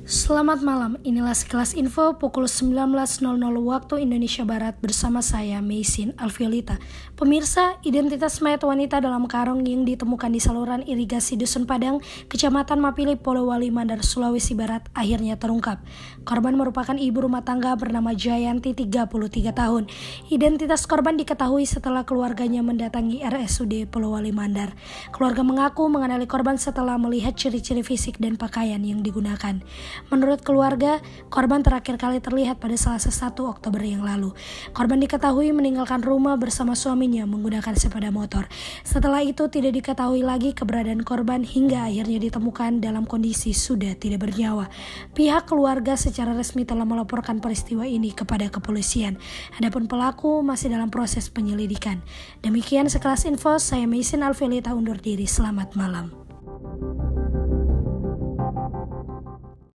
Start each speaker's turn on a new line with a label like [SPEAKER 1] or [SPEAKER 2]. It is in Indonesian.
[SPEAKER 1] Selamat malam, inilah sekilas info pukul 19.00 waktu Indonesia Barat bersama saya, Meisin Alfiolita. Pemirsa, identitas mayat wanita dalam karung yang ditemukan di saluran irigasi Dusun Padang, Kecamatan Mapili, Polowali Mandar, Sulawesi Barat akhirnya terungkap. Korban merupakan ibu rumah tangga bernama Jayanti, 33 tahun. Identitas korban diketahui setelah keluarganya mendatangi RSUD Polowali Mandar. Keluarga mengaku mengenali korban setelah melihat ciri-ciri fisik dan pakaian yang digunakan. Menurut keluarga, korban terakhir kali terlihat pada Selasa 1 Oktober yang lalu. Korban diketahui meninggalkan rumah bersama suaminya menggunakan sepeda motor. Setelah itu tidak diketahui lagi keberadaan korban hingga akhirnya ditemukan dalam kondisi sudah tidak bernyawa. Pihak keluarga secara resmi telah melaporkan peristiwa ini kepada kepolisian. Adapun pelaku masih dalam proses penyelidikan. Demikian sekelas info, saya Meisin Alfiolita undur diri. Selamat malam.